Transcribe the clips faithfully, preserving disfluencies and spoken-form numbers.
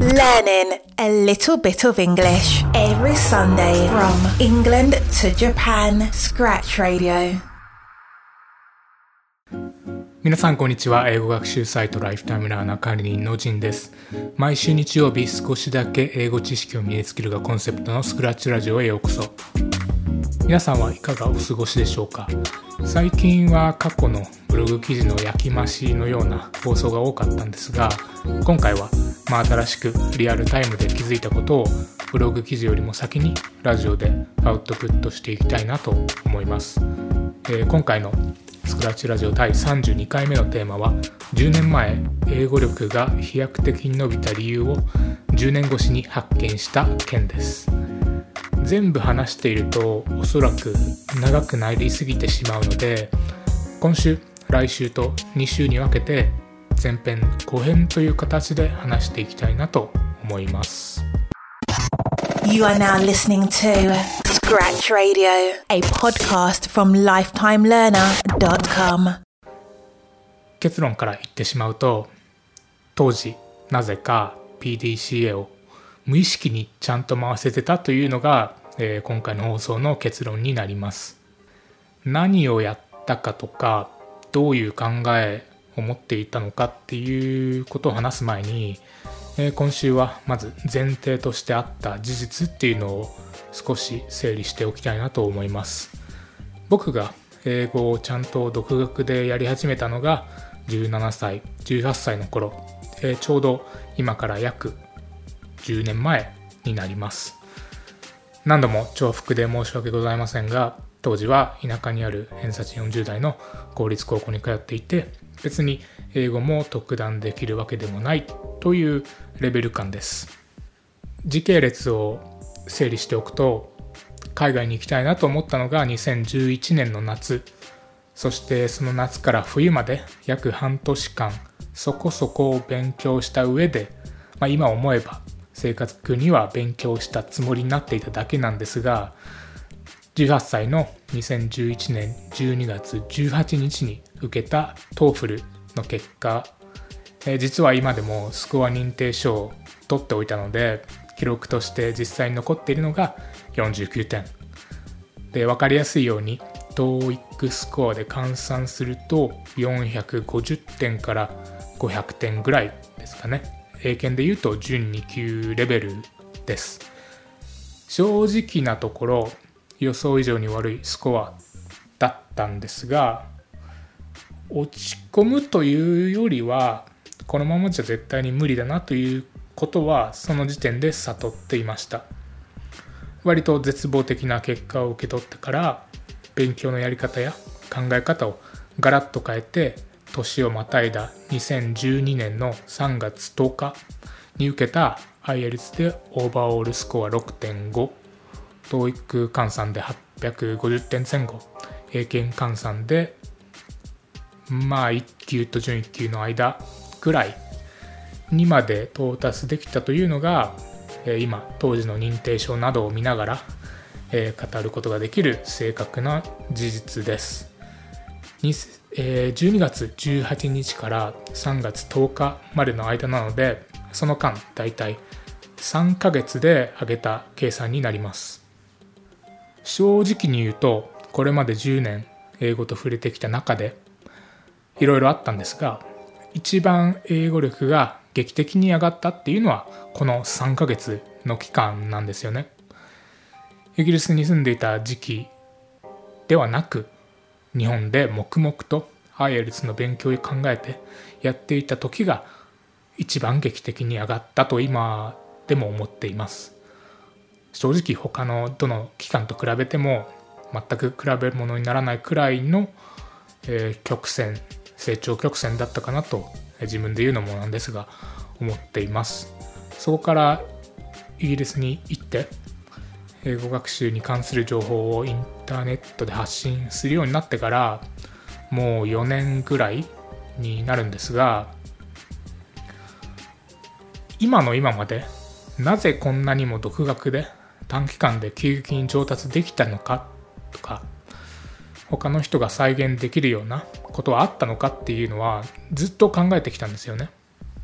Learning a little bit of English every Sunday from England to Japan. Scratch Radio. 皆さんこんにちは。英語学習サイトライフタイムラーナー管理人のジンです。毎週日曜日少しだけ英語知識を身につけるがコンセプトのスクラッチラジオへようこそ。皆さんはいかがお過ごしでしょうか。最近は過去のブログ記事の焼き増しのような放送が多かったんですが、今回はまあ新しくリアルタイムで気づいたことをブログ記事よりも先にラジオでアウトプットしていきたいなと思います。えー、今回のスクラッチラジオ第さんじゅうにかいめのテーマはじゅうねんまえ英語力が飛躍的に伸びた理由をじゅうねんごしに発見した件です。全部話しているとおそらく長くなりすぎてしまうので、今週来週とに週に分けて前編後編という形で話していきたいなと思います。 You are now listening to Scratch Radio, a podcast from lifetime learner dot com. 結論から言ってしまうと、当時なぜか ピーディーシーエー を無意識にちゃんと回せてたというのが、えー、今回の放送の結論になります。何をやったかとか、どういう考えを持っていたのかっていうことを話す前に、えー、今週はまず前提としてあった事実っていうのを少し整理しておきたいなと思います。僕が英語をちゃんと独学でやり始めたのがじゅうななさい、じゅうはっさいの頃、えー、ちょうど今から約じゅうねんまえになります。何度も重複で申し訳ございませんが、当時は田舎にある偏差値よんじゅうだいの公立高校に通っていて、別に英語も特段できるわけでもないというレベル感です。時系列を整理しておくと、海外に行きたいなと思ったのがにせんじゅういちねんの夏、そしてその夏から冬まで約半年間そこそこ勉強した上で、まあ、今思えば正確には勉強したつもりになっていただけなんですが、じゅうはっさいのにせんじゅういちねんじゅうにがつじゅうはちにちに受けた トーフル の結果、えー、実は今でもスコア認定証を取っておいたので、記録として実際に残っているのがよんじゅうきゅうてんで、分かりやすいように トーイック スコアで換算するとよんひゃくごじゅってんからごひゃくてんぐらいですかね。英検でいうと準に級レベルです。正直なところ予想以上に悪いスコアだったんですが、落ち込むというよりはこのままじゃ絶対に無理だなということはその時点で悟っていました。割と絶望的な結果を受け取ってから、勉強のやり方や考え方をガラッと変えて、年をまたいだにせんじゅうにねんのさんがつとおかに受けた アイエルツ でオーバーオールスコア ろくてんご、 トーイック 換算ではっぴゃくごじゅってんぜん後、英検換算でまあいっ級と準いっ級の間ぐらいにまで到達できたというのが、今当時の認定証などを見ながら語ることができる正確な事実です。じゅうにがつじゅうはちにちからさんがつとおかまでの間なので、その間だいたいさんかげつで上げた計算になります。正直に言うと、これまでじゅうねん英語と触れてきた中でいろいろあったんですが、一番英語力が劇的に上がったっていうのはこのさんかげつの期間なんですよね。イギリスに住んでいた時期ではなく、日本で黙々と アイエルツ の勉強を考えてやっていた時が一番劇的に上がったと今でも思っています。正直他のどの期間と比べても全く比べるものにならないくらいの、えー、曲線成長曲線だったかなと自分で言うのもなんですが思っています。そこからイギリスに行って英語学習に関する情報をインターネットで発信するようになってからもうよねんぐらいになるんですが、今の今までなぜこんなにも独学で短期間で急激に上達できたのかとか、他の人が再現できるようなことはあったのかっていうのはずっと考えてきたんですよね。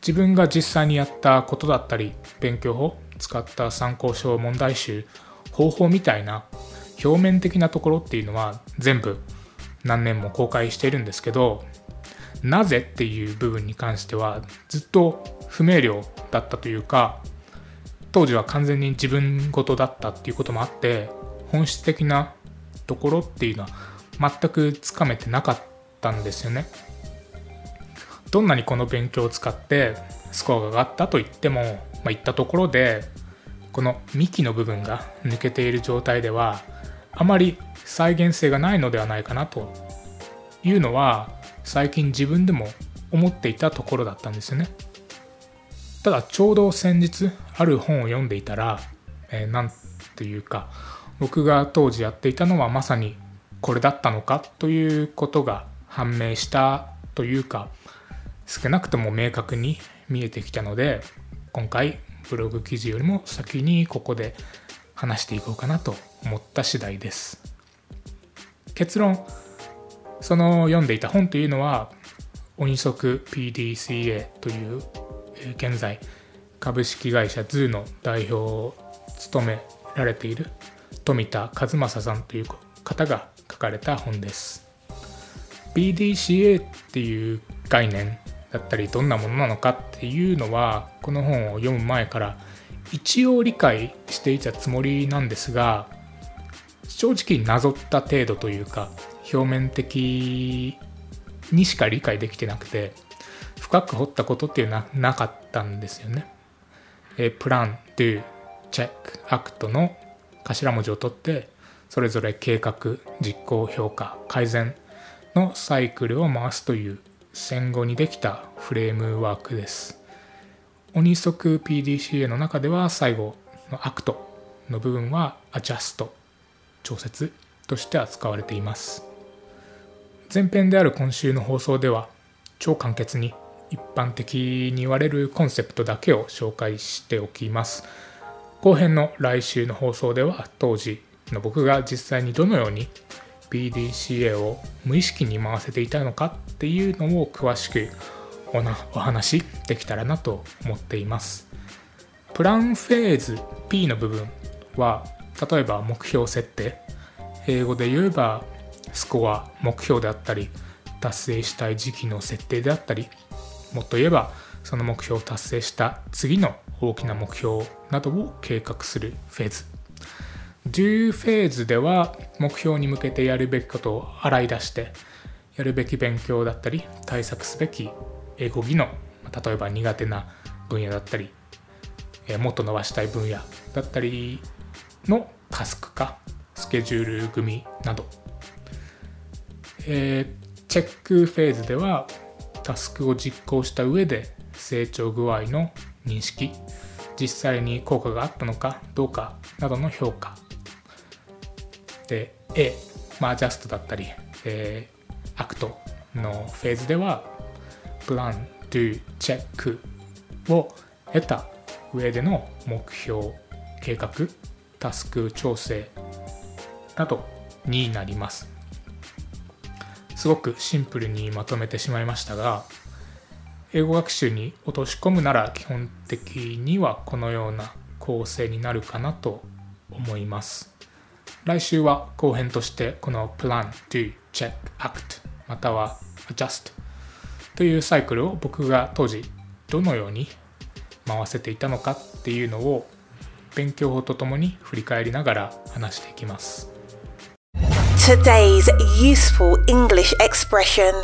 自分が実際にやったことだったり、勉強法、使った参考書、問題集、方法みたいな表面的なところっていうのは全部何年も公開しているんですけど、なぜっていう部分に関してはずっと不明瞭だったというか、当時は完全に自分事だったっていうこともあって、本質的なところっていうのは全くつかめてなかったんですよね。どんなにこの勉強を使ってスコアが上がったと言っても、まあ、いったところでこの幹の部分が抜けている状態ではあまり再現性がないのではないかなというのは最近自分でも思っていたところだったんですよね。ただちょうど先日ある本を読んでいたら、えー、なんていうか僕が当時やっていたのはまさにこれだったのかということが判明したというか、少なくとも明確に見えてきたので、今回ブログ記事よりも先にここで話していこうかなと思った次第です。結論、その読んでいた本というのは鬼速 ピーディーシーエー という現在株式会社 ズー の代表を務められている富田和正さんという方が書かれた本です。 ピーディーシーエー っていう概念だったりどんなものなのかっていうのはこの本を読む前から一応理解していたつもりなんですが、正直なぞった程度というか表面的にしか理解できてなくて、深く掘ったことっていうのはなかったんですよね。えプラン、ドゥ、チェック、アクトの頭文字を取ってそれぞれ計画、実行、評価、改善のサイクルを回すという戦後にできたフレームワークです。鬼速 ピーディーシーエー の中では最後のアクトの部分はアジャスト、調節として扱われています。前編である今週の放送では超簡潔に一般的に言われるコンセプトだけを紹介しておきます。後編の来週の放送では当時の僕が実際にどのように ピーディーシーエー を無意識に回せていたのかっていうのを詳しくおなお話しできたらなと思っています。プランフェーズ P の部分は例えば目標設定、英語で言えばスコア、目標であったり達成したい時期の設定であったり、もっと言えばその目標を達成した次の大きな目標などを計画するフェーズ。Do フェーズでは目標に向けてやるべきことを洗い出してやるべき勉強だったり対策すべき英語技能、例えば苦手な分野だったりもっと伸ばしたい分野だったりのタスク化、スケジュール組など、えー、チェックフェーズではタスクを実行した上で成長具合の認識、実際に効果があったのかどうかなどの評価で、A、まあ、アジャストだったり、えー、アクトのフェーズではプラン、ドゥ、チェックを得た上での目標、計画、タスク調整などになります。すごくシンプルにまとめてしまいましたが、英語学習に落とし込むなら基本的にはこのような構成になるかなと思います。来週は後編としてこの Plan, Do, Check, Act または Adjust というサイクルを僕が当時どのように回せていたのかっていうのを勉強法とともに振り返りながら話していきます。 Today's useful English expression.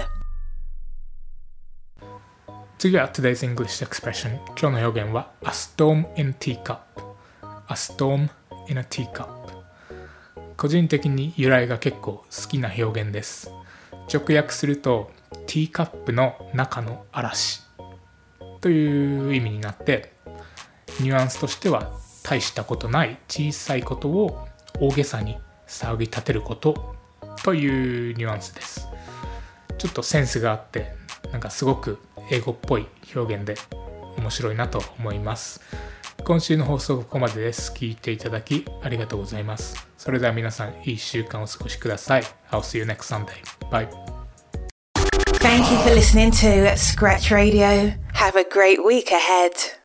次は Today's English expression。 今日の表現は A storm in a teacup。 A storm in a teacup。 個人的に由来が結構好きな表現です。直訳するとティーカップの中の嵐という意味になって、ニュアンスとしては大したことない小さいことを大げさに騒ぎ立てることというニュアンスです。ちょっとセンスがあってなんかすごく英語っぽい表現で面白いなと思います。今週の放送はここまでです。聞いていただきありがとうございます。それでは皆さんいい一週間お過ごしください。 I'll see you next Sunday. Bye. Thank you for listening to Scratch Radio. Have a great week ahead.